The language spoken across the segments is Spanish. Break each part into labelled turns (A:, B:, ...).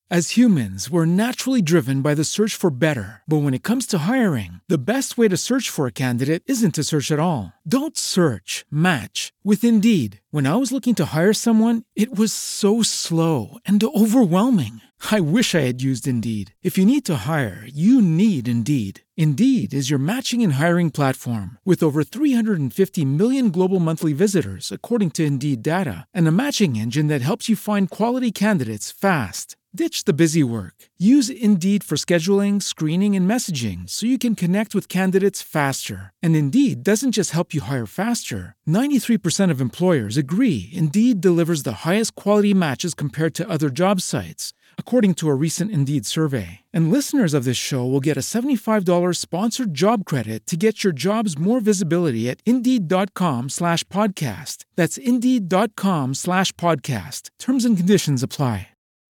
A: As humans, we're naturally driven by the search for better. But when it comes to hiring, the best way to search for a candidate isn't to search at all. Don't search, match with Indeed. When I was looking to hire someone, it was so slow and overwhelming. I wish I had used Indeed. If you need to hire, you need Indeed. Indeed is your matching and hiring platform with over 350 million global monthly visitors, according to Indeed data, and a matching engine that helps you find quality candidates fast. Ditch the busy work. Use Indeed for scheduling, screening, and messaging so you can connect with candidates faster. And Indeed doesn't just help you hire faster. 93% of employers agree Indeed delivers the highest quality matches compared to other job sites, according to a recent Indeed survey. And listeners of this show will get a $75 sponsored job credit to get your jobs more visibility at Indeed.com/podcast. That's Indeed.com/podcast. Terms and conditions apply.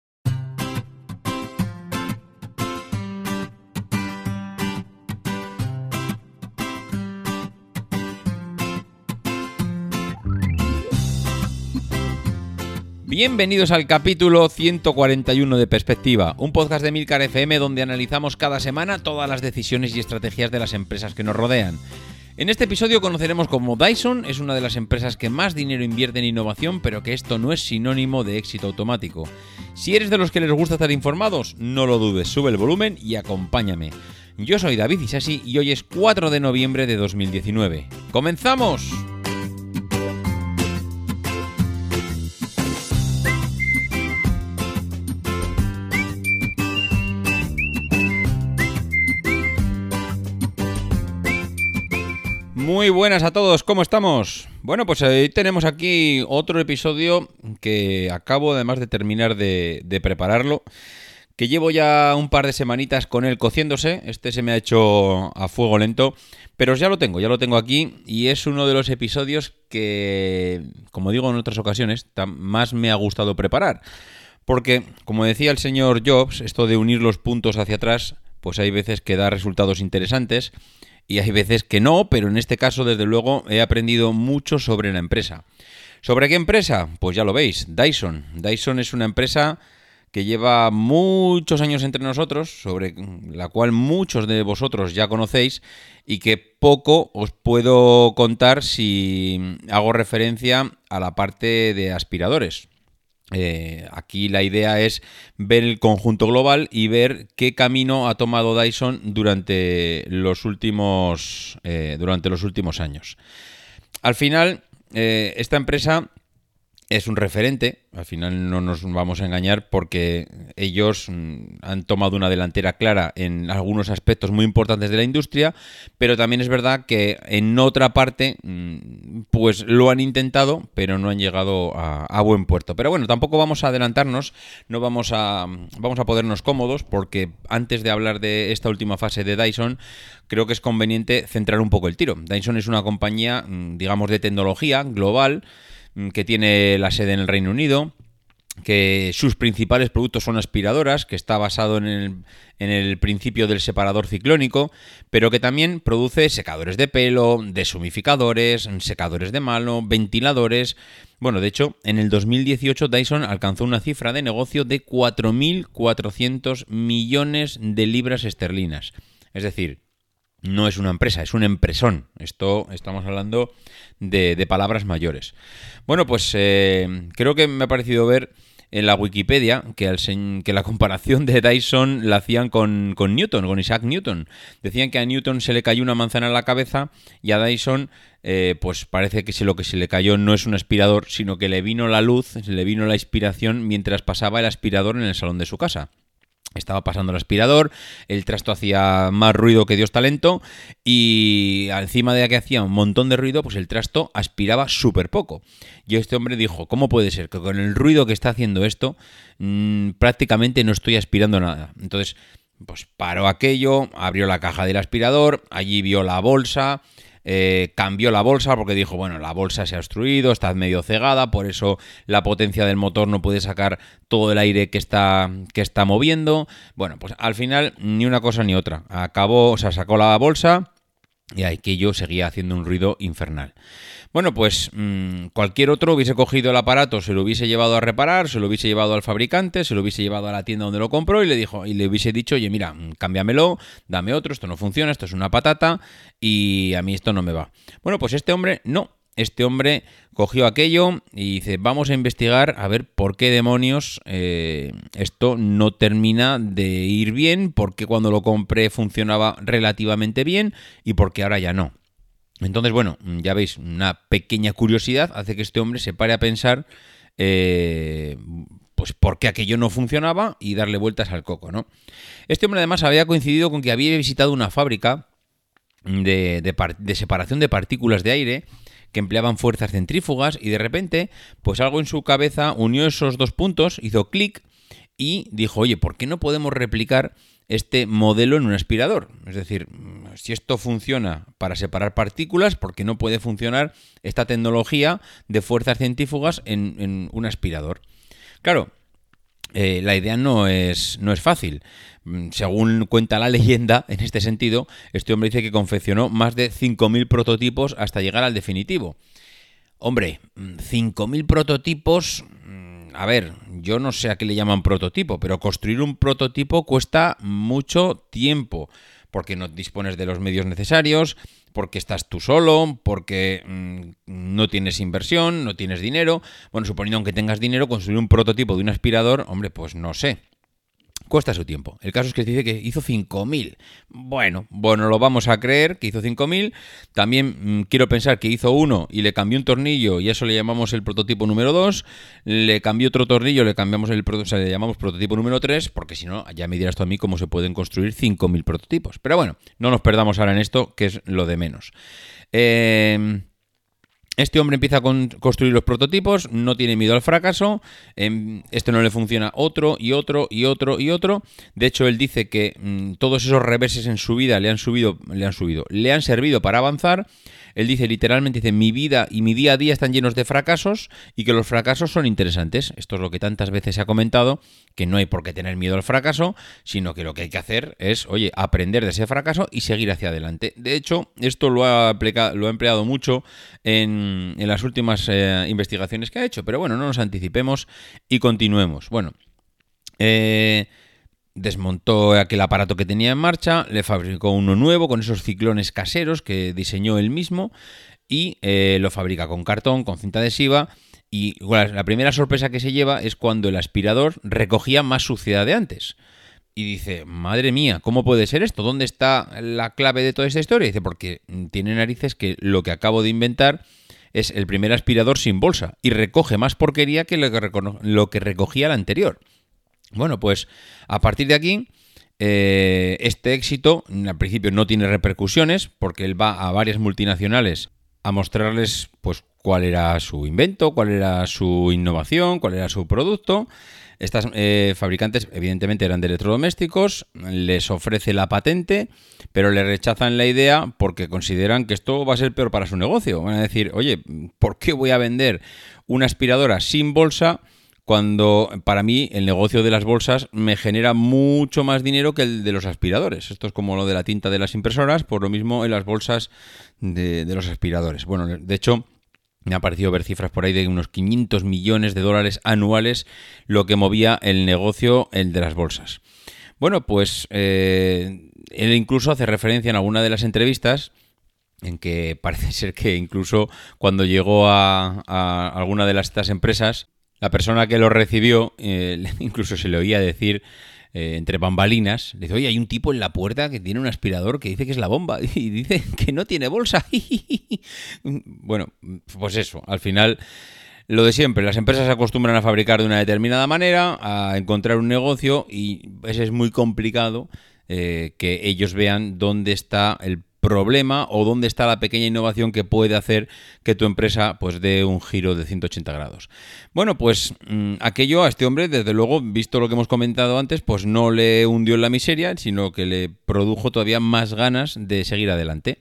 B: Bienvenidos al capítulo 141 de Perspectiva, un podcast de Milcar FM donde analizamos cada semana todas las decisiones y estrategias de las empresas que nos rodean. En este episodio conoceremos cómo Dyson es una de las empresas que más dinero invierte en innovación, pero que esto no es sinónimo de éxito automático. Si eres de los que les gusta estar informados, no lo dudes, sube el volumen y acompáñame. Yo soy David Isasi y hoy es 4 de noviembre de 2019. ¡Comenzamos! Muy buenas a todos, ¿cómo estamos? Bueno, pues hoy tenemos aquí otro episodio que acabo además de terminar de prepararlo, que llevo ya un par de semanitas con él cociéndose. Este se me ha hecho a fuego lento, pero ya lo tengo aquí y es uno de los episodios que, como digo en otras ocasiones, más me ha gustado preparar. Porque, como decía el señor Jobs, esto de unir los puntos hacia atrás, pues hay veces que da resultados interesantes. Y hay veces que no, pero en este caso, desde luego, he aprendido mucho sobre la empresa. ¿Sobre qué empresa? Pues ya lo veis, Dyson. Dyson es una empresa que lleva muchos años entre nosotros, sobre la cual muchos de vosotros ya conocéis y que poco os puedo contar si hago referencia a la parte de aspiradores. Aquí la idea es ver el conjunto global y ver qué camino ha tomado Dyson durante los últimos años. Al final, esta empresa es un referente, al final no nos vamos a engañar porque ellos han tomado una delantera clara en algunos aspectos muy importantes de la industria, pero también es verdad que en otra parte pues lo han intentado, pero no han llegado a buen puerto. Pero bueno, tampoco vamos a adelantarnos, no vamos a ponernos cómodos porque antes de hablar de esta última fase de Dyson, creo que es conveniente centrar un poco el tiro. Dyson es una compañía, digamos, de tecnología global, que tiene la sede en el Reino Unido, que sus principales productos son aspiradoras, que está basado en el principio del separador ciclónico, pero que también produce secadores de pelo, deshumificadores, secadores de mano, ventiladores. Bueno, de hecho, en el 2018 Dyson alcanzó una cifra de negocio de 4.400 millones de libras esterlinas. Es decir, no es una empresa, es un empresón. Esto estamos hablando de palabras mayores. Bueno, pues creo que me ha parecido ver en la Wikipedia que la comparación de Dyson la hacían con Newton, con Isaac Newton. Decían que a Newton se le cayó una manzana en la cabeza y a Dyson pues parece que lo que se le cayó no es un aspirador, sino que le vino la luz, le vino la inspiración mientras pasaba el aspirador en el salón de su casa. Estaba pasando el aspirador, el trasto hacía más ruido que Dios talento y encima de que hacía un montón de ruido, pues el trasto aspiraba súper poco. Y este hombre dijo, ¿cómo puede ser que con el ruido que está haciendo esto prácticamente no estoy aspirando nada? Entonces, pues paró aquello, abrió la caja del aspirador, allí vio la bolsa. Cambió la bolsa porque dijo, bueno, la bolsa se ha obstruido, está medio cegada, por eso la potencia del motor no puede sacar todo el aire que está moviendo. Bueno, pues al final ni una cosa ni otra. Sacó la bolsa y aquello seguía haciendo un ruido infernal. Bueno, pues cualquier otro hubiese cogido el aparato, se lo hubiese llevado a reparar, se lo hubiese llevado al fabricante, se lo hubiese llevado a la tienda donde lo compró y le hubiese dicho, oye, mira, cámbiamelo, dame otro, esto no funciona, esto es una patata y a mí esto no me va. Bueno, pues este hombre no. Este hombre cogió aquello y dice, vamos a investigar a ver por qué demonios esto no termina de ir bien, por qué cuando lo compré funcionaba relativamente bien y por qué ahora ya no. Entonces, bueno, ya veis, una pequeña curiosidad hace que este hombre se pare a pensar pues por qué aquello no funcionaba y darle vueltas al coco, ¿no? Este hombre además había coincidido con que había visitado una fábrica de separación de partículas de aire que empleaban fuerzas centrífugas y de repente, pues algo en su cabeza unió esos dos puntos, hizo clic y dijo, oye, ¿por qué no podemos replicar este modelo en un aspirador? Es decir, si esto funciona para separar partículas, ¿por qué no puede funcionar esta tecnología de fuerzas centrífugas en un aspirador? Claro, la idea no es fácil. Según cuenta la leyenda, en este sentido, este hombre dice que confeccionó más de 5.000 prototipos hasta llegar al definitivo. Hombre, 5.000 prototipos... A ver, yo no sé a qué le llaman prototipo, pero construir un prototipo cuesta mucho tiempo, porque no dispones de los medios necesarios, porque estás tú solo, porque no tienes inversión, no tienes dinero. Bueno, suponiendo que tengas dinero, construir un prototipo de un aspirador, hombre, pues no sé. Cuesta su tiempo. El caso es que dice que hizo 5.000. Bueno, lo vamos a creer que hizo 5.000. También quiero pensar que hizo uno y le cambió un tornillo y eso le llamamos el prototipo número 2. Le cambió otro tornillo, le llamamos prototipo número 3, porque si no, ya me dirás tú a mí cómo se pueden construir 5.000 prototipos. Pero bueno, no nos perdamos ahora en esto, que es lo de menos. Este hombre empieza a construir los prototipos, no tiene miedo al fracaso, este no le funciona otro y otro y otro y otro. De hecho, él dice que todos esos reveses en su vida le han servido para avanzar. Él dice literalmente, mi vida y mi día a día están llenos de fracasos y que los fracasos son interesantes. Esto es lo que tantas veces se ha comentado, que no hay por qué tener miedo al fracaso, sino que lo que hay que hacer es, oye, aprender de ese fracaso y seguir hacia adelante. De hecho, esto lo ha empleado mucho en las últimas investigaciones que ha hecho. Pero bueno, no nos anticipemos y continuemos. Bueno, desmontó aquel aparato que tenía en marcha, le fabricó uno nuevo con esos ciclones caseros que diseñó él mismo y lo fabrica con cartón, con cinta adhesiva. Y bueno, la primera sorpresa que se lleva es cuando el aspirador recogía más suciedad de antes. Y dice, madre mía, ¿cómo puede ser esto? ¿Dónde está la clave de toda esta historia? Y dice, porque tiene narices que lo que acabo de inventar es el primer aspirador sin bolsa y recoge más porquería que lo que recogía el anterior. Bueno, pues a partir de aquí, este éxito al principio no tiene repercusiones porque él va a varias multinacionales a mostrarles pues cuál era su invento, cuál era su innovación, cuál era su producto. Estas fabricantes evidentemente eran de electrodomésticos, les ofrece la patente, pero le rechazan la idea porque consideran que esto va a ser peor para su negocio. Van a decir, oye, ¿por qué voy a vender una aspiradora sin bolsa cuando para mí el negocio de las bolsas me genera mucho más dinero que el de los aspiradores? Esto es como lo de la tinta de las impresoras, por lo mismo en las bolsas de los aspiradores. Bueno, de hecho, me ha parecido ver cifras por ahí de unos 500 millones de dólares anuales lo que movía el negocio, el de las bolsas. Bueno, pues él incluso hace referencia en alguna de las entrevistas en que parece ser que incluso cuando llegó a alguna de estas empresas, la persona que lo recibió incluso se le oía decir entre bambalinas, le dice, oye, hay un tipo en la puerta que tiene un aspirador que dice que es la bomba y dice que no tiene bolsa. Bueno, pues eso, al final lo de siempre, las empresas se acostumbran a fabricar de una determinada manera, a encontrar un negocio y es muy complicado que ellos vean dónde está el problema o dónde está la pequeña innovación que puede hacer que tu empresa pues dé un giro de 180 grados. Bueno, pues aquello a este hombre, desde luego, visto lo que hemos comentado antes, pues no le hundió en la miseria, sino que le produjo todavía más ganas de seguir adelante.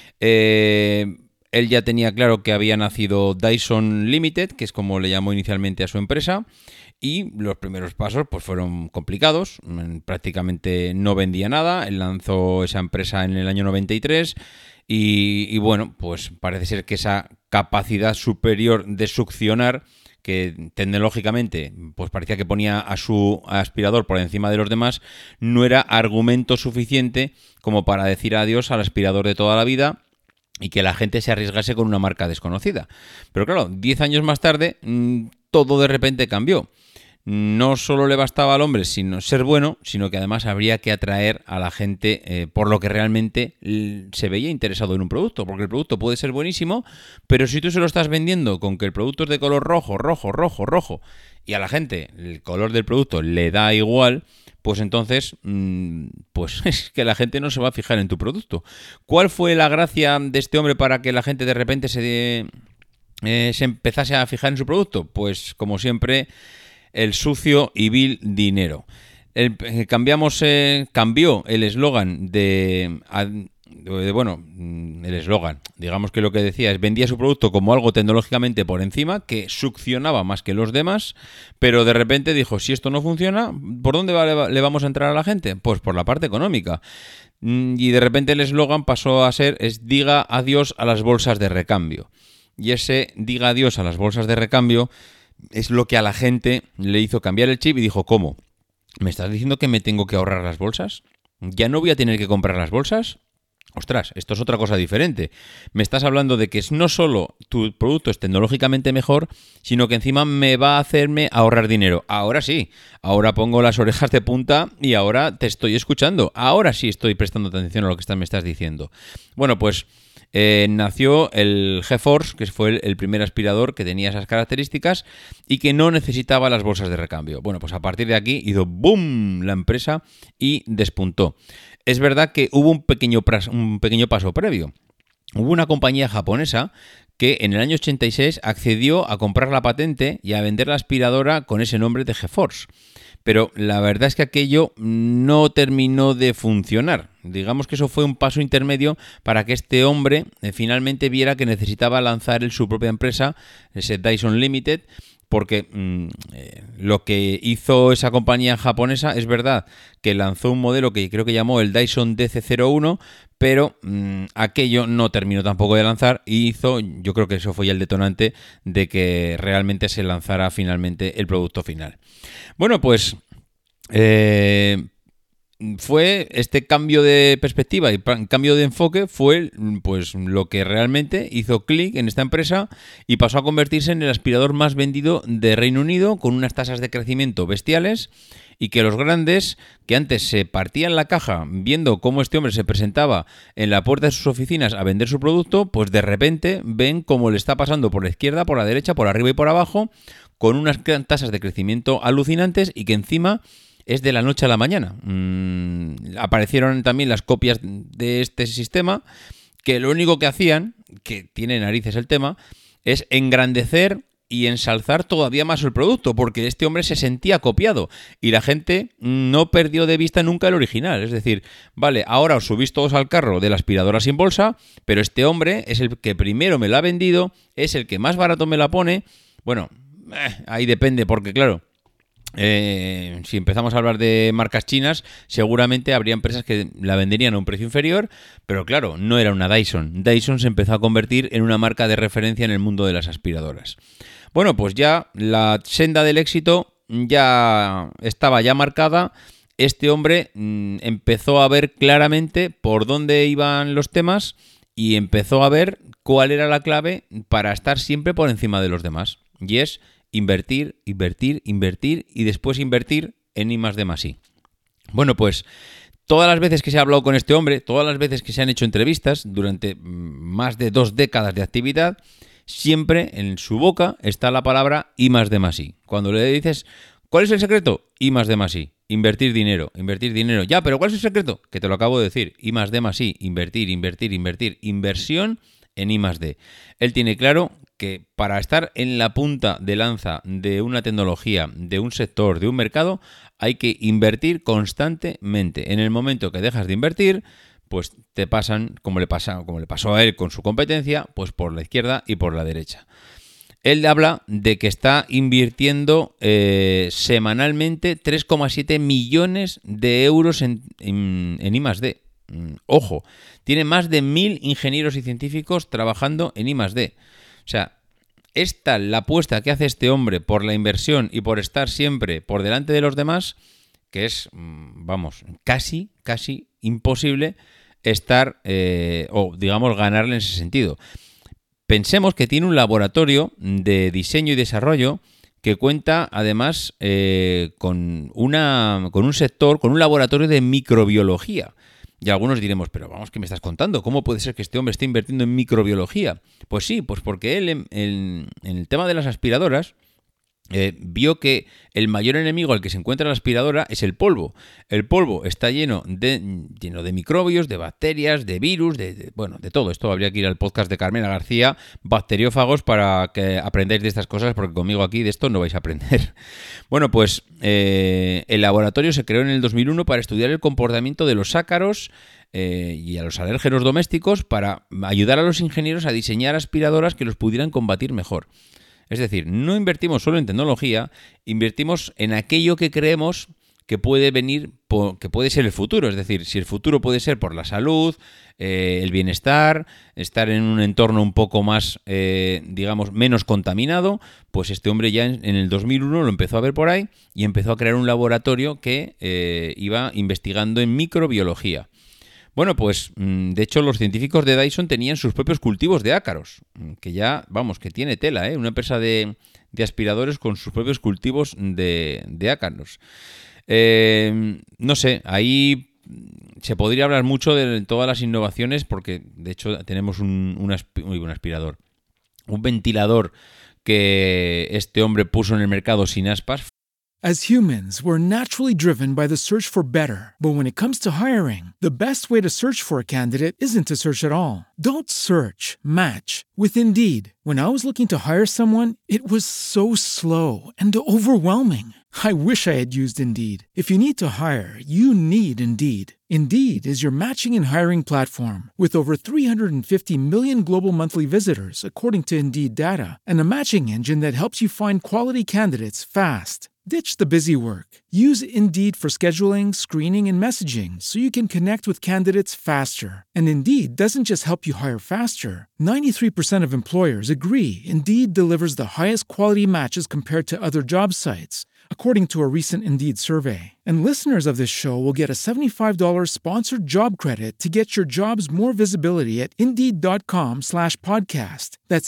B: Él ya tenía claro que había nacido Dyson Limited, que es como le llamó inicialmente a su empresa, y los primeros pasos pues fueron complicados, prácticamente no vendía nada, él lanzó esa empresa en el año 93 y bueno, pues parece ser que esa capacidad superior de succionar, que tecnológicamente pues parecía que ponía a su aspirador por encima de los demás, no era argumento suficiente como para decir adiós al aspirador de toda la vida y que la gente se arriesgase con una marca desconocida. Pero claro, 10 años más tarde, todo de repente cambió. No solo le bastaba al hombre sino ser bueno, sino que además habría que atraer a la gente por lo que realmente se veía interesado en un producto, porque el producto puede ser buenísimo, pero si tú se lo estás vendiendo con que el producto es de color rojo, rojo, rojo, rojo, y a la gente el color del producto le da igual, pues entonces pues es que la gente no se va a fijar en tu producto. ¿Cuál fue la gracia de este hombre para que la gente de repente se empezase a fijar en su producto? Pues como siempre, el sucio y vil dinero. Cambió el eslogan el eslogan, digamos que lo que decía es vendía su producto como algo tecnológicamente por encima, que succionaba más que los demás, pero de repente dijo, si esto no funciona, ¿por dónde le vamos a entrar a la gente? Pues por la parte económica. Y de repente el eslogan pasó a ser, diga adiós a las bolsas de recambio. Y ese diga adiós a las bolsas de recambio es lo que a la gente le hizo cambiar el chip y dijo, ¿cómo? ¿Me estás diciendo que me tengo que ahorrar las bolsas? ¿Ya no voy a tener que comprar las bolsas? Ostras, esto es otra cosa diferente. Me estás hablando de que no solo tu producto es tecnológicamente mejor, sino que encima me va a hacerme ahorrar dinero. Ahora sí, ahora pongo las orejas de punta y ahora te estoy escuchando. Ahora sí estoy prestando atención a lo que me estás diciendo. Bueno, pues nació el GeForce, que fue el primer aspirador que tenía esas características y que no necesitaba las bolsas de recambio. Bueno, pues a partir de aquí hizo ¡boom! La empresa y despuntó. Es verdad que hubo un pequeño paso previo. Hubo una compañía japonesa que en el año 86 accedió a comprar la patente y a vender la aspiradora con ese nombre de GeForce. Pero la verdad es que aquello no terminó de funcionar. Digamos que eso fue un paso intermedio para que este hombre finalmente viera que necesitaba lanzar su propia empresa, ese Dyson Limited, porque lo que hizo esa compañía japonesa es verdad que lanzó un modelo que creo que llamó el Dyson DC01, pero aquello no terminó tampoco de lanzar y yo creo que eso fue ya el detonante de que realmente se lanzara finalmente el producto final. Bueno, pues fue este cambio de perspectiva y cambio de enfoque fue pues lo que realmente hizo clic en esta empresa y pasó a convertirse en el aspirador más vendido de Reino Unido, con unas tasas de crecimiento bestiales, y que los grandes, que antes se partían la caja viendo cómo este hombre se presentaba en la puerta de sus oficinas a vender su producto, pues de repente ven cómo le está pasando por la izquierda, por la derecha, por arriba y por abajo, con unas tasas de crecimiento alucinantes, y que encima es de la noche a la mañana. Aparecieron también las copias de este sistema, que lo único que hacían, que tiene narices el tema, es engrandecer y ensalzar todavía más el producto, porque este hombre se sentía copiado y la gente no perdió de vista nunca el original. Es decir, vale, ahora os subís todos al carro de la aspiradora sin bolsa, pero este hombre es el que primero me la ha vendido, es el que más barato me la pone. Bueno, ahí depende, porque claro, si empezamos a hablar de marcas chinas, seguramente habría empresas que la venderían a un precio inferior, pero claro, no era una Dyson. Dyson se empezó a convertir en una marca de referencia en el mundo de las aspiradoras. Bueno, pues ya la senda del éxito ya estaba ya marcada. Este hombre empezó a ver claramente por dónde iban los temas y empezó a ver cuál era la clave para estar siempre por encima de los demás. Y es invertir, invertir, invertir y después invertir en I+D+I. Bueno, pues todas las veces que se ha hablado con este hombre, todas las veces que se han hecho entrevistas durante más de 2 décadas de actividad, siempre en su boca está la palabra I+D+I. Cuando le dices, ¿cuál es el secreto? I+D+I. Invertir dinero, invertir dinero. Ya, pero ¿cuál es el secreto? Que te lo acabo de decir. I+D+I. Invertir, invertir, invertir. Inversión en I+D. Él tiene claro que para estar en la punta de lanza de una tecnología, de un sector, de un mercado, hay que invertir constantemente. En el momento que dejas de invertir, pues te pasan, como le pasó a él con su competencia, pues por la izquierda y por la derecha. él habla de que está invirtiendo semanalmente 3,7 millones de euros en I+D. Ojo, tiene más de 1.000 ingenieros y científicos trabajando en I+D. O sea, esta la apuesta que hace este hombre por la inversión y por estar siempre por delante de los demás, que es, vamos, casi imposible estar o, digamos, ganarle en ese sentido. Pensemos que tiene un laboratorio de diseño y desarrollo que cuenta además con un sector, con un laboratorio de microbiología. Y algunos diremos, pero vamos, ¿qué me estás contando? ¿Cómo puede ser que este hombre esté invirtiendo en microbiología? Pues sí, pues porque él en el tema de las aspiradoras vio que el mayor enemigo al que se encuentra la aspiradora es el polvo. El polvo está lleno de microbios, de bacterias, de virus, de todo. Esto habría que ir al podcast de Carmela García, Bacteriófagos, para que aprendáis de estas cosas, porque conmigo aquí de esto no vais a aprender. Bueno, pues el laboratorio se creó en el 2001 para estudiar el comportamiento de los ácaros y a los alérgenos domésticos, para ayudar a los ingenieros a diseñar aspiradoras que los pudieran combatir mejor. Es decir, no invertimos solo en tecnología, invertimos en aquello que creemos que puede venir, que puede ser el futuro. Es decir, si el futuro puede ser por la salud, el bienestar, estar en un entorno un poco más, digamos, menos contaminado, pues este hombre ya en el 2001 lo empezó a ver por ahí y empezó a crear un laboratorio que iba investigando en microbiología. Bueno, pues de hecho los científicos de Dyson tenían sus propios cultivos de ácaros, que ya, vamos, que tiene tela, una empresa de aspiradores con sus propios cultivos de ácaros. No sé, ahí se podría hablar mucho de todas las innovaciones, porque de hecho tenemos un aspirador, un ventilador que este hombre puso en el mercado sin aspas.
A: As humans, we're naturally driven by the search for better. But when it comes to hiring, the best way to search for a candidate isn't to search at all. Don't search, match with Indeed. When I was looking to hire someone, it was so slow and overwhelming. I wish I had used Indeed. If you need to hire, you need Indeed. Indeed is your matching and hiring platform with over 350 million global monthly visitors, according to Indeed data, and a matching engine that helps you find quality candidates fast. Ditch the busy work. Use Indeed for scheduling, screening, and messaging so you can connect with candidates faster. And Indeed doesn't just help you hire faster. 93% of employers agree Indeed delivers the highest quality matches compared to other job sites, according to a recent Indeed survey. And listeners of this show will get a $75 sponsored job credit to get your jobs more visibility at Indeed.com/podcast. That's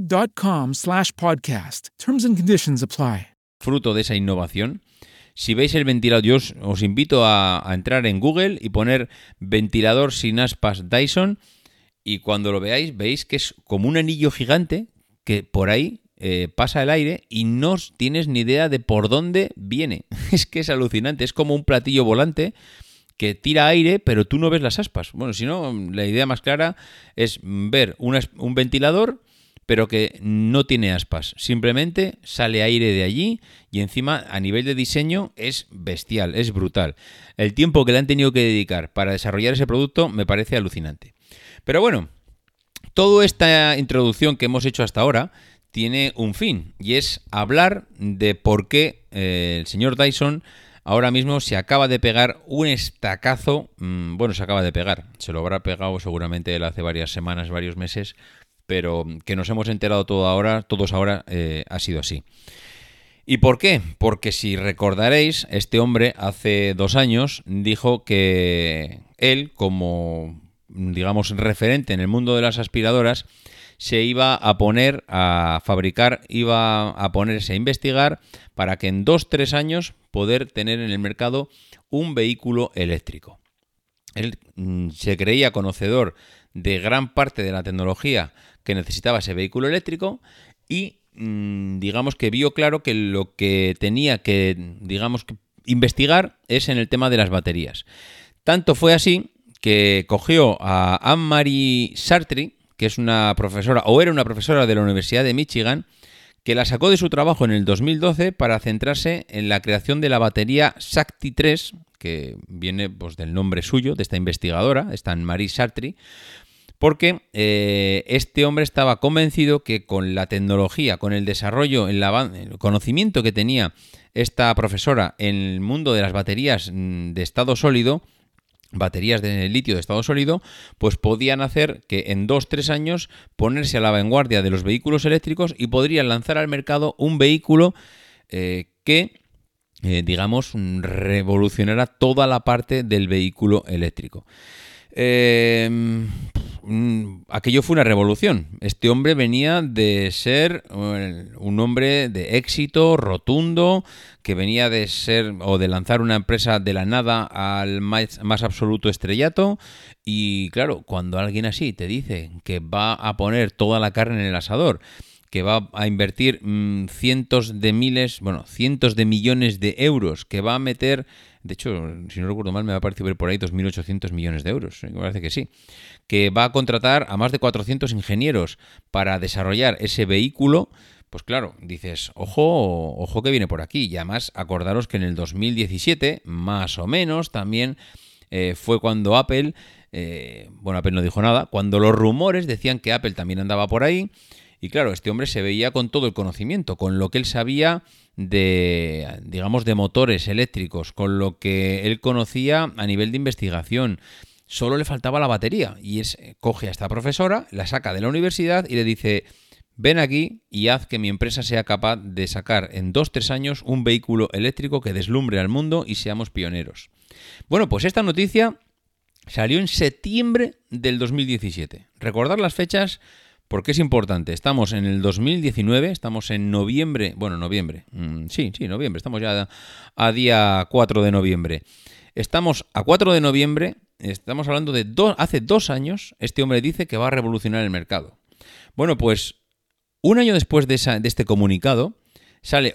A: Indeed.com/podcast. Terms and conditions apply.
B: Fruto de esa innovación. Si veis el ventilador, yo os invito a entrar en Google y poner ventilador sin aspas Dyson, y cuando lo veáis, veis que es como un anillo gigante que por ahí pasa el aire y no tienes ni idea de por dónde viene. Es que es alucinante, es como un platillo volante que tira aire, pero tú no ves las aspas. Bueno, si no, la idea más clara es ver un ventilador, pero que no tiene aspas. Simplemente sale aire de allí y encima a nivel de diseño es bestial, es brutal. El tiempo que le han tenido que dedicar para desarrollar ese producto me parece alucinante. Pero bueno, toda esta introducción que hemos hecho hasta ahora tiene un fin, y es hablar de por qué el señor Dyson ahora mismo se acaba de pegar un estacazo. Bueno, se acaba de pegar, se lo habrá pegado seguramente él hace varias semanas, varios meses, pero que nos hemos enterado todos ahora ha sido así. ¿Y por qué? Porque si recordaréis, este hombre hace 2 años dijo que él, como digamos referente en el mundo de las aspiradoras, se iba a poner a fabricar, iba a ponerse a investigar para que en 2-3 años poder tener en el mercado un vehículo eléctrico. Él se creía conocedor de gran parte de la tecnología que necesitaba ese vehículo eléctrico y digamos que vio claro que lo que tenía que, digamos, que investigar es en el tema de las baterías. Tanto fue así que cogió a Anne-Marie Sartry, que es una profesora, o era una profesora de la Universidad de Michigan, que la sacó de su trabajo en el 2012 para centrarse en la creación de la batería Shakti 3, que viene pues del nombre suyo, de esta investigadora, esta Anne-Marie Sartry, porque este hombre estaba convencido que con la tecnología, con el desarrollo, el conocimiento que tenía esta profesora en el mundo de las baterías de estado sólido, baterías de litio de estado sólido, pues podían hacer que en 2-3 años ponerse a la vanguardia de los vehículos eléctricos y podrían lanzar al mercado un vehículo que, digamos, revolucionara toda la parte del vehículo eléctrico. Aquello fue una revolución. Este hombre venía de ser un hombre de éxito rotundo, que venía de ser o de lanzar una empresa de la nada al más absoluto estrellato. Y claro, cuando alguien así te dice que va a poner toda la carne en el asador, que va a invertir cientos de millones de euros, que va a meter, de hecho, si no recuerdo mal, me va a parecer ver por ahí 2.800 millones de euros, me parece que sí, que va a contratar a más de 400 ingenieros para desarrollar ese vehículo, pues claro, dices, ojo que viene por aquí. Y además, acordaros que en el 2017, más o menos, también fue cuando Apple, Apple no dijo nada, cuando los rumores decían que Apple también andaba por ahí. Y claro, este hombre se veía con todo el conocimiento, con lo que él sabía de, digamos, de motores eléctricos, con lo que él conocía a nivel de investigación. Solo le faltaba la batería y coge a esta profesora, la saca de la universidad y le dice: ven aquí y haz que mi empresa sea capaz de sacar en 2-3 años un vehículo eléctrico que deslumbre al mundo y seamos pioneros. Bueno, pues esta noticia salió en septiembre del 2017. Recordad las fechas porque es importante. Estamos en el 2019, estamos en noviembre. Noviembre, estamos ya a día 4 de noviembre. Estamos a 4 de noviembre, estamos hablando de hace 2 años, este hombre dice que va a revolucionar el mercado. Bueno, pues un año después de este comunicado, sale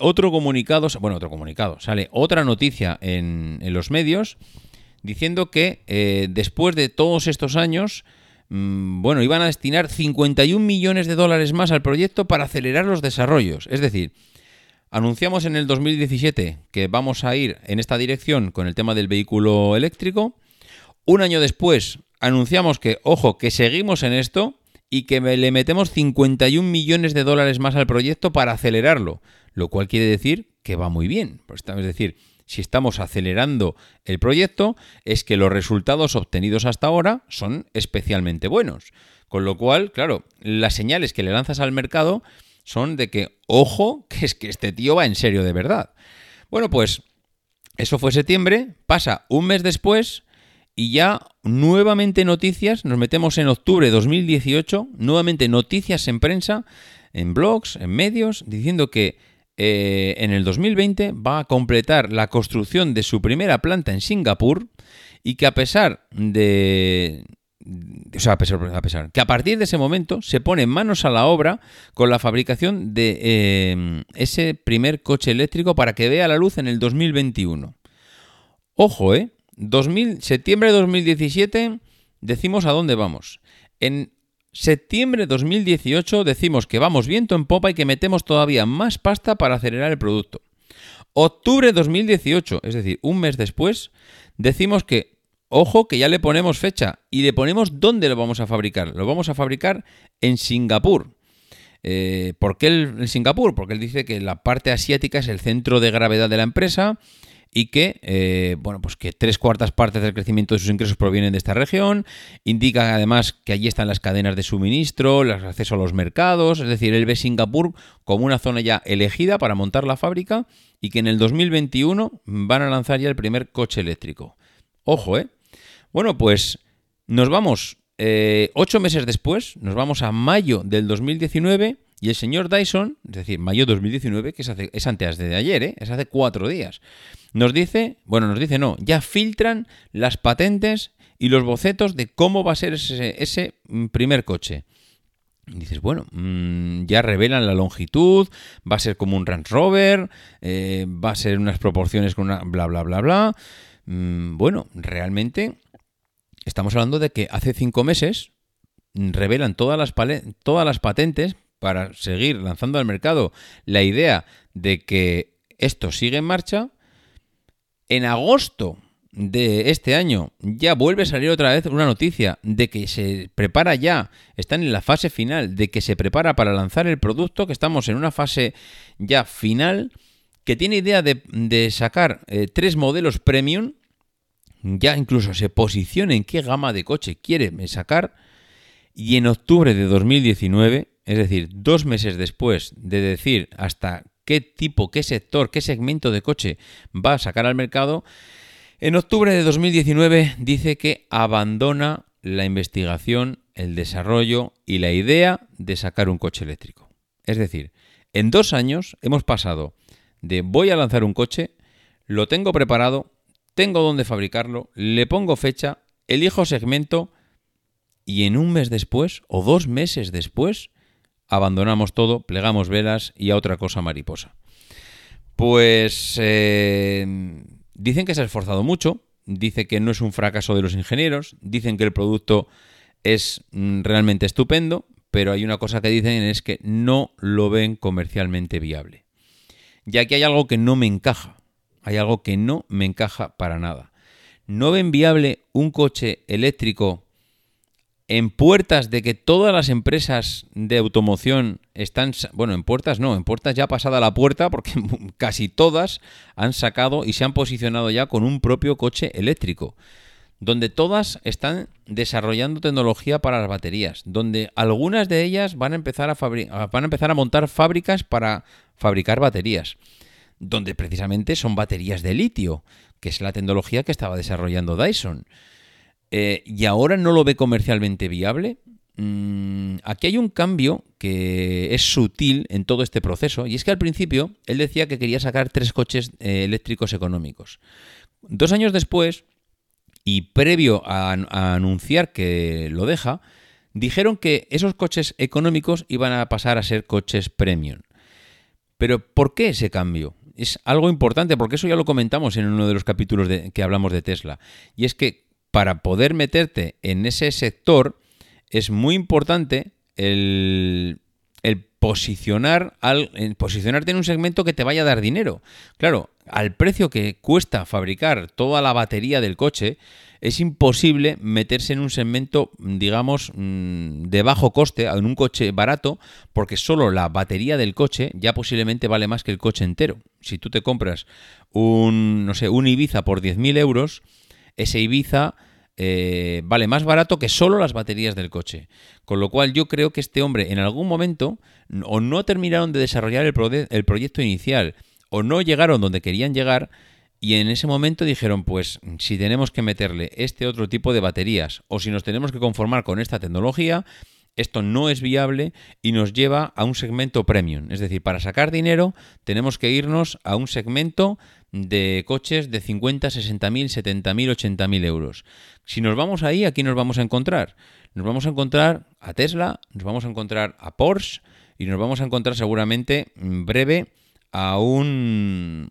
B: sale otra noticia en los medios diciendo que después de todos estos años, iban a destinar 51 millones de dólares más al proyecto para acelerar los desarrollos. Es decir, anunciamos en el 2017 que vamos a ir en esta dirección con el tema del vehículo eléctrico. Un año después anunciamos que seguimos en esto y que le metemos 51 millones de dólares más al proyecto para acelerarlo, lo cual quiere decir que va muy bien. Es decir, si estamos acelerando el proyecto, es que los resultados obtenidos hasta ahora son especialmente buenos. Con lo cual, claro, las señales que le lanzas al mercado son de que, que es que este tío va en serio de verdad. Bueno, pues eso fue septiembre, pasa un mes después y ya nuevamente noticias, nos metemos en octubre de 2018, nuevamente noticias en prensa, en blogs, en medios, diciendo que en el 2020 va a completar la construcción de su primera planta en Singapur y que a partir de ese momento se pone manos a la obra con la fabricación de ese primer coche eléctrico para que vea la luz en el 2021. Septiembre de 2017 decimos a dónde vamos. En septiembre de 2018 decimos que vamos viento en popa y que metemos todavía más pasta para acelerar el producto. Octubre de 2018, es decir, un mes después, decimos que que ya le ponemos fecha y le ponemos dónde lo vamos a fabricar. Lo vamos a fabricar en Singapur. ¿Por qué en Singapur? Porque él dice que la parte asiática es el centro de gravedad de la empresa y que, que 3/4 partes del crecimiento de sus ingresos provienen de esta región. Indica además que allí están las cadenas de suministro, el acceso a los mercados. Es decir, él ve Singapur como una zona ya elegida para montar la fábrica y que en el 2021 van a lanzar ya el primer coche eléctrico. Bueno, pues nos vamos 8 meses después, nos vamos a mayo del 2019 y el señor Dyson, es decir, mayo de 2019, que es antes de ayer, es hace 4 días, ya filtran las patentes y los bocetos de cómo va a ser ese primer coche. Y dices, ya revelan la longitud, va a ser como un Range Rover, va a ser unas proporciones con una bla, bla, bla, bla. Realmente estamos hablando de que hace 5 meses revelan todas las patentes para seguir lanzando al mercado la idea de que esto sigue en marcha. En agosto de este año ya vuelve a salir otra vez una noticia de que se prepara ya, están en la fase final, de que se prepara para lanzar el producto, que estamos en una fase ya final, que tiene idea de sacar 3 modelos premium, ya incluso se posiciona en qué gama de coche quiere sacar, y en octubre de 2019, es decir, 2 meses después de decir hasta qué tipo, qué sector, qué segmento de coche va a sacar al mercado, en octubre de 2019 dice que abandona la investigación, el desarrollo y la idea de sacar un coche eléctrico. Es decir, en 2 años hemos pasado de voy a lanzar un coche, lo tengo preparado, tengo dónde fabricarlo, le pongo fecha, elijo segmento y en 1 mes después o 2 meses después abandonamos todo, plegamos velas y a otra cosa mariposa. Pues dicen que se ha esforzado mucho, dice que no es un fracaso de los ingenieros, dicen que el producto es realmente estupendo, pero hay una cosa que dicen es que no lo ven comercialmente viable. Y aquí hay algo que no me encaja, para nada. No ven viable un coche eléctrico en puertas de que todas las empresas de automoción están... Bueno, en puertas no, en puertas ya pasada la puerta, porque casi todas han sacado y se han posicionado ya con un propio coche eléctrico, donde todas están desarrollando tecnología para las baterías, donde algunas de ellas van a empezar a montar fábricas para fabricar baterías, donde precisamente son baterías de litio, que es la tecnología que estaba desarrollando Dyson. Y ahora no lo ve comercialmente viable. Aquí hay un cambio que es sutil en todo este proceso, y es que al principio él decía que quería sacar 3 coches eléctricos económicos. 2 años después, y previo a anunciar que lo deja, dijeron que esos coches económicos iban a pasar a ser coches premium. Pero ¿por qué ese cambio? Es algo importante, porque eso ya lo comentamos en uno de los capítulos que hablamos de Tesla, y es que para poder meterte en ese sector es muy importante el posicionarte en un segmento que te vaya a dar dinero. Claro, al precio que cuesta fabricar toda la batería del coche, es imposible meterse en un segmento, digamos, de bajo coste, en un coche barato, porque solo la batería del coche ya posiblemente vale más que el coche entero. Si tú te compras un Ibiza por 10.000 euros, ese Ibiza vale más barato que solo las baterías del coche. Con lo cual yo creo que este hombre en algún momento o no terminaron de desarrollar el proyecto inicial o no llegaron donde querían llegar, y en ese momento dijeron, pues si tenemos que meterle este otro tipo de baterías o si nos tenemos que conformar con esta tecnología, esto no es viable y nos lleva a un segmento premium. Es decir, para sacar dinero tenemos que irnos a un segmento de coches de 50, 60.000, 70.000, 80.000 euros. Si nos vamos ahí, ¿a quién nos vamos a encontrar? Nos vamos a encontrar a Tesla, nos vamos a encontrar a Porsche y nos vamos a encontrar seguramente en breve a un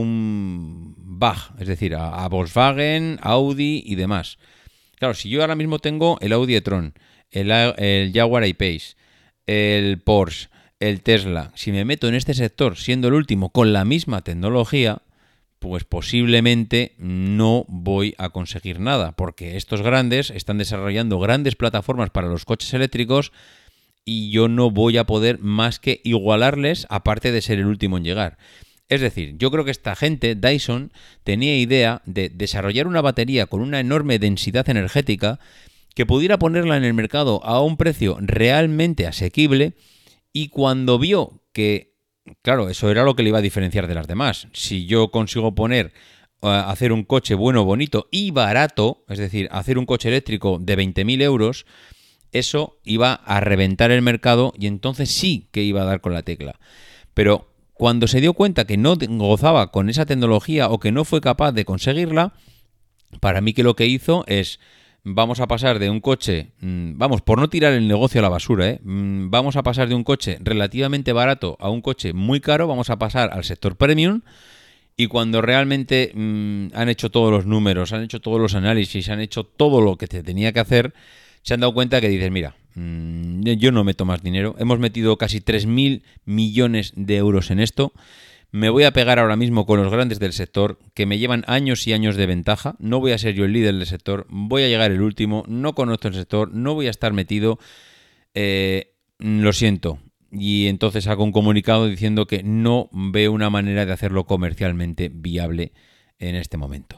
B: BAG, es decir, a Volkswagen, Audi y demás. Claro, si yo ahora mismo tengo el Audi e-tron, el Jaguar I-Pace, el Porsche, el Tesla, si me meto en este sector siendo el último con la misma tecnología, pues posiblemente no voy a conseguir nada, porque estos grandes están desarrollando grandes plataformas para los coches eléctricos y yo no voy a poder más que igualarles, aparte de ser el último en llegar. Es decir, yo creo que esta gente, Dyson, tenía idea de desarrollar una batería con una enorme densidad energética que pudiera ponerla en el mercado a un precio realmente asequible, y cuando vio que, claro, eso era lo que le iba a diferenciar de las demás. Si yo consigo hacer un coche bueno, bonito y barato, es decir, hacer un coche eléctrico de 20.000 euros, eso iba a reventar el mercado y entonces sí que iba a dar con la tecla. Pero cuando se dio cuenta que no gozaba con esa tecnología o que no fue capaz de conseguirla, para mí que lo que hizo es... Vamos a pasar de un coche, por no tirar el negocio a la basura, vamos a pasar de un coche relativamente barato a un coche muy caro, vamos a pasar al sector premium, y cuando realmente han hecho todos los números, han hecho todos los análisis, han hecho todo lo que se tenía que hacer, se han dado cuenta que dices, mira, yo no meto más dinero, hemos metido casi 3.000 millones de euros en esto, me voy a pegar ahora mismo con los grandes del sector, que me llevan años y años de ventaja. No voy a ser yo el líder del sector, voy a llegar el último, no conozco el sector, no voy a estar metido. Lo siento. Y entonces hago un comunicado diciendo que no veo una manera de hacerlo comercialmente viable en este momento.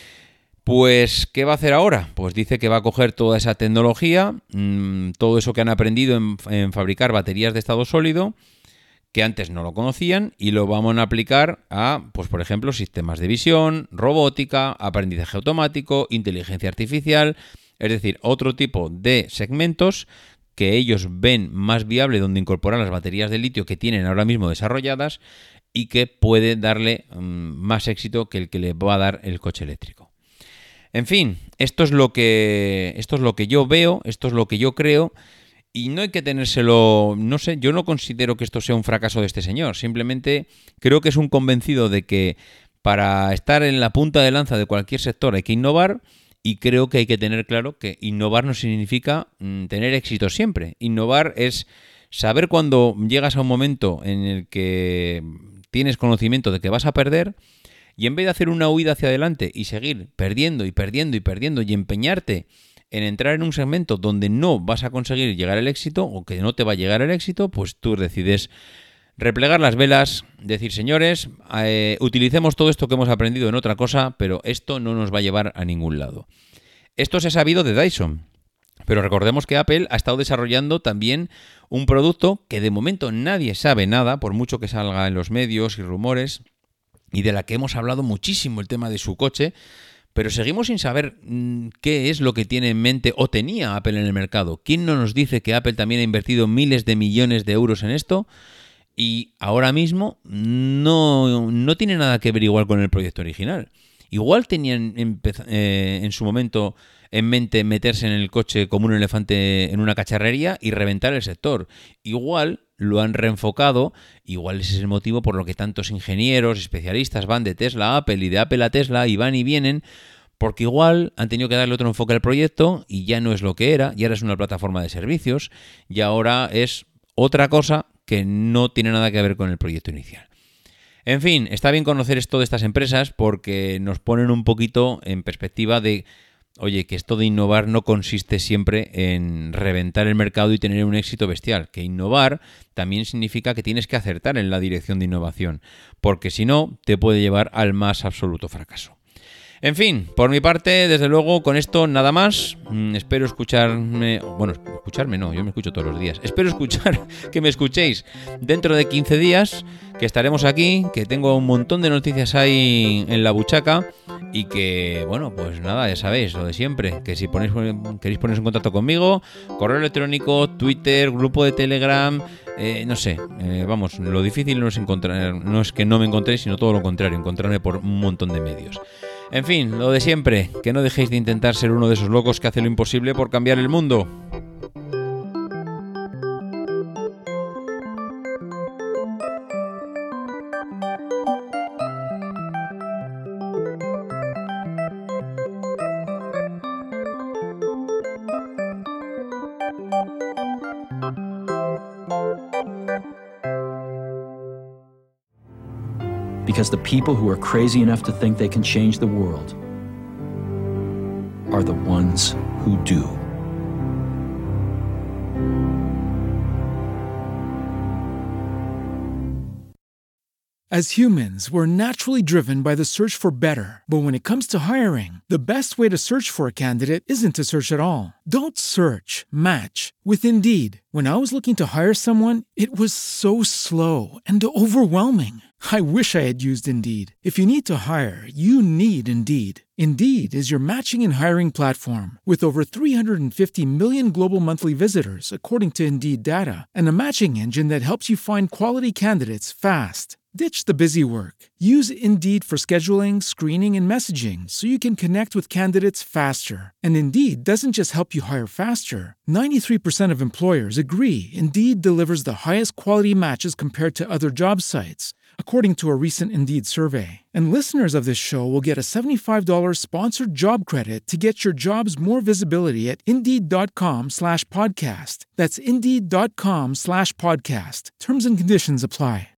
B: Pues, ¿qué va a hacer ahora? Pues dice que va a coger toda esa tecnología, todo eso que han aprendido en fabricar baterías de estado sólido, que antes no lo conocían, y lo van a aplicar a, pues por ejemplo, sistemas de visión, robótica, aprendizaje automático, inteligencia artificial, es decir, otro tipo de segmentos que ellos ven más viable donde incorporar las baterías de litio que tienen ahora mismo desarrolladas y que puede darle más éxito que el que le va a dar el coche eléctrico. En fin, esto es lo que yo veo, esto es lo que yo creo, y no hay que tenérselo, no sé, yo no considero que esto sea un fracaso de este señor, simplemente creo que es un convencido de que para estar en la punta de lanza de cualquier sector hay que innovar, y creo que hay que tener claro que innovar no significa tener éxito siempre. Innovar es saber cuando llegas a un momento en el que tienes conocimiento de que vas a perder, y en vez de hacer una huida hacia adelante y seguir perdiendo y perdiendo y perdiendo y empeñarte en entrar en un segmento donde no vas a conseguir llegar al éxito o que no te va a llegar al éxito, pues tú decides replegar las velas, decir, señores, utilicemos todo esto que hemos aprendido en otra cosa, pero esto no nos va a llevar a ningún lado. Esto se ha sabido de Dyson, pero recordemos que Apple ha estado desarrollando también un producto que de momento nadie sabe nada, por mucho que salga en los medios y rumores, y de la que hemos hablado muchísimo, el tema de su coche, pero seguimos sin saber qué es lo que tiene en mente o tenía Apple en el mercado. ¿Quién no nos dice que Apple también ha invertido miles de millones de euros en esto? Y ahora mismo no tiene nada que ver igual con el proyecto original. Igual tenían en su momento en mente meterse en el coche como un elefante en una cacharrería y reventar el sector. Igual lo han reenfocado, igual ese es el motivo por lo que tantos ingenieros, especialistas van de Tesla a Apple y de Apple a Tesla y van y vienen, porque igual han tenido que darle otro enfoque al proyecto y ya no es lo que era, ya es una plataforma de servicios y ahora es otra cosa que no tiene nada que ver con el proyecto inicial. En fin, está bien conocer esto de estas empresas porque nos ponen un poquito en perspectiva de, oye, que esto de innovar no consiste siempre en reventar el mercado y tener un éxito bestial, que innovar también significa que tienes que acertar en la dirección de innovación, porque si no, te puede llevar al más absoluto fracaso. En fin, por mi parte, desde luego, con esto nada más. Espero escucharme no, yo me escucho todos los días. Espero que me escuchéis dentro de 15 días, que estaremos aquí, que tengo un montón de noticias ahí en la buchaca y que, bueno, pues nada, ya sabéis, lo de siempre, que si queréis poneros en contacto conmigo, correo electrónico, Twitter, grupo de Telegram, no sé, vamos, lo difícil no es encontrar, no es que no me encontréis, sino todo lo contrario, encontrarme por un montón de medios. En fin, lo de siempre, que no dejéis de intentar ser uno de esos locos que hace lo imposible por cambiar el mundo.
C: Because the people who are crazy enough to think they can change the world are the ones who do.
A: As humans, we're naturally driven by the search for better. But when it comes to hiring, the best way to search for a candidate isn't to search at all. Don't search, match with Indeed. When I was looking to hire someone, it was so slow and overwhelming. I wish I had used Indeed. If you need to hire, you need Indeed. Indeed is your matching and hiring platform with over 350 million global monthly visitors, according to Indeed data, and a matching engine that helps you find quality candidates fast. Ditch the busy work. Use Indeed for scheduling, screening, and messaging so you can connect with candidates faster. And Indeed doesn't just help you hire faster. 93% of employers agree Indeed delivers the highest quality matches compared to other job sites, according to a recent Indeed survey. And listeners of this show will get a $75 sponsored job credit to get your jobs more visibility at Indeed.com/podcast. That's Indeed.com/podcast. Terms and conditions apply.